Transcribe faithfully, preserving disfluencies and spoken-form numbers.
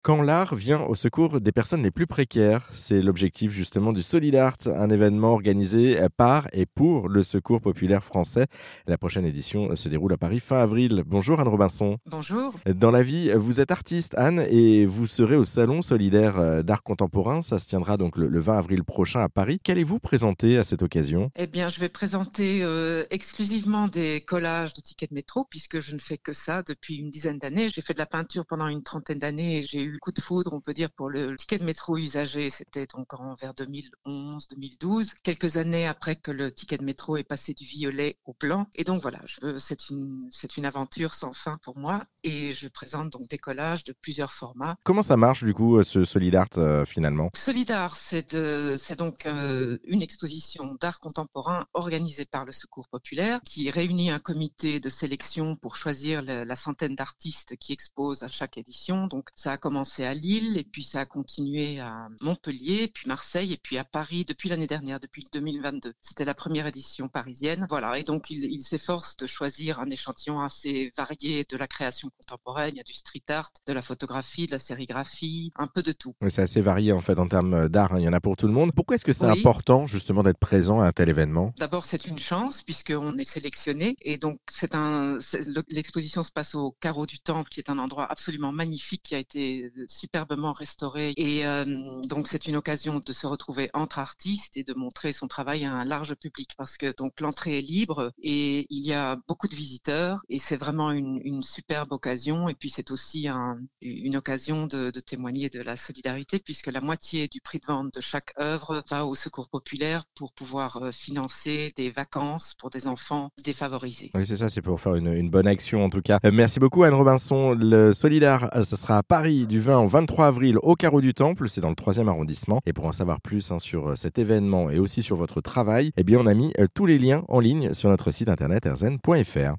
Quand l'art vient au secours des personnes les plus précaires, c'est l'objectif justement du Solidart, un événement organisé par et pour le Secours populaire français. La prochaine édition se déroule à Paris fin avril. Bonjour Anne Robinson. Bonjour. Dans la vie, vous êtes artiste Anne et vous serez au Salon solidaire euh, d'art contemporain. Ça se tiendra donc le, le vingt avril prochain à Paris. Qu'allez-vous présenter à cette occasion? Eh bien, je vais présenter euh, exclusivement des collages de tickets de métro, puisque je ne fais que ça depuis une dizaine d'années. J'ai fait de la peinture pendant une trentaine d'années et j'ai eu le coup de foudre, on peut dire, pour le ticket de métro usagé. C'était donc en vers deux mille onze, deux mille douze, quelques années après que le ticket de métro est passé du violet au blanc. Et donc voilà, je veux, c'est une, c'est une aventure sans fin pour moi. Et je présente donc des collages de plusieurs formats. Comment ça marche du coup ce Solidart euh, finalement? Solidar, c'est de- c'est donc euh, une exposition d'art contemporain organisée par le Secours populaire qui réunit un comité de sélection pour choisir la, la centaine d'artistes qui exposent à chaque édition. Donc ça a commencé à Lille et puis ça a continué à Montpellier, puis Marseille et puis à Paris depuis l'année dernière, depuis deux mille vingt-deux. C'était la première édition parisienne. Voilà, et donc il, il s'efforce de choisir un échantillon assez varié de la création contemporaine. Il y a du street art, de la photographie, de la sérigraphie, un peu de tout. Oui, c'est assez varié en fait en termes d'art, hein, il y en a pour tout le monde. Pourquoi est-ce que c'est Oui. important justement d'être présent à un tel événement? D'abord, c'est une chance puisqu'on est sélectionné et donc c'est un c'est- le- l'exposition se passe au Carreau du Temple, qui est un endroit absolument magnifique qui a été superbement restauré et euh, donc c'est une occasion de se retrouver entre artistes et de montrer son travail à un large public parce que donc l'entrée est libre et il y a beaucoup de visiteurs et c'est vraiment une, une superbe occasion et puis c'est aussi un- une occasion de, de témoigner de la solidarité puisque la moitié du prix de vente de chaque œuvre va au Secours populaire pour pouvoir euh, financer des vacances pour des enfants défavorisés. Oui, c'est ça, c'est pour faire une, une bonne action en tout cas. Euh, merci beaucoup Anne Robinson. Le Solidar, euh, ce sera à Paris du vingt au vingt-trois avril au Carreau du Temple, c'est dans le troisième arrondissement. Et pour en savoir plus hein, sur euh, cet événement et aussi sur votre travail, eh bien on a mis euh, tous les liens en ligne sur notre site internet erzen point fr.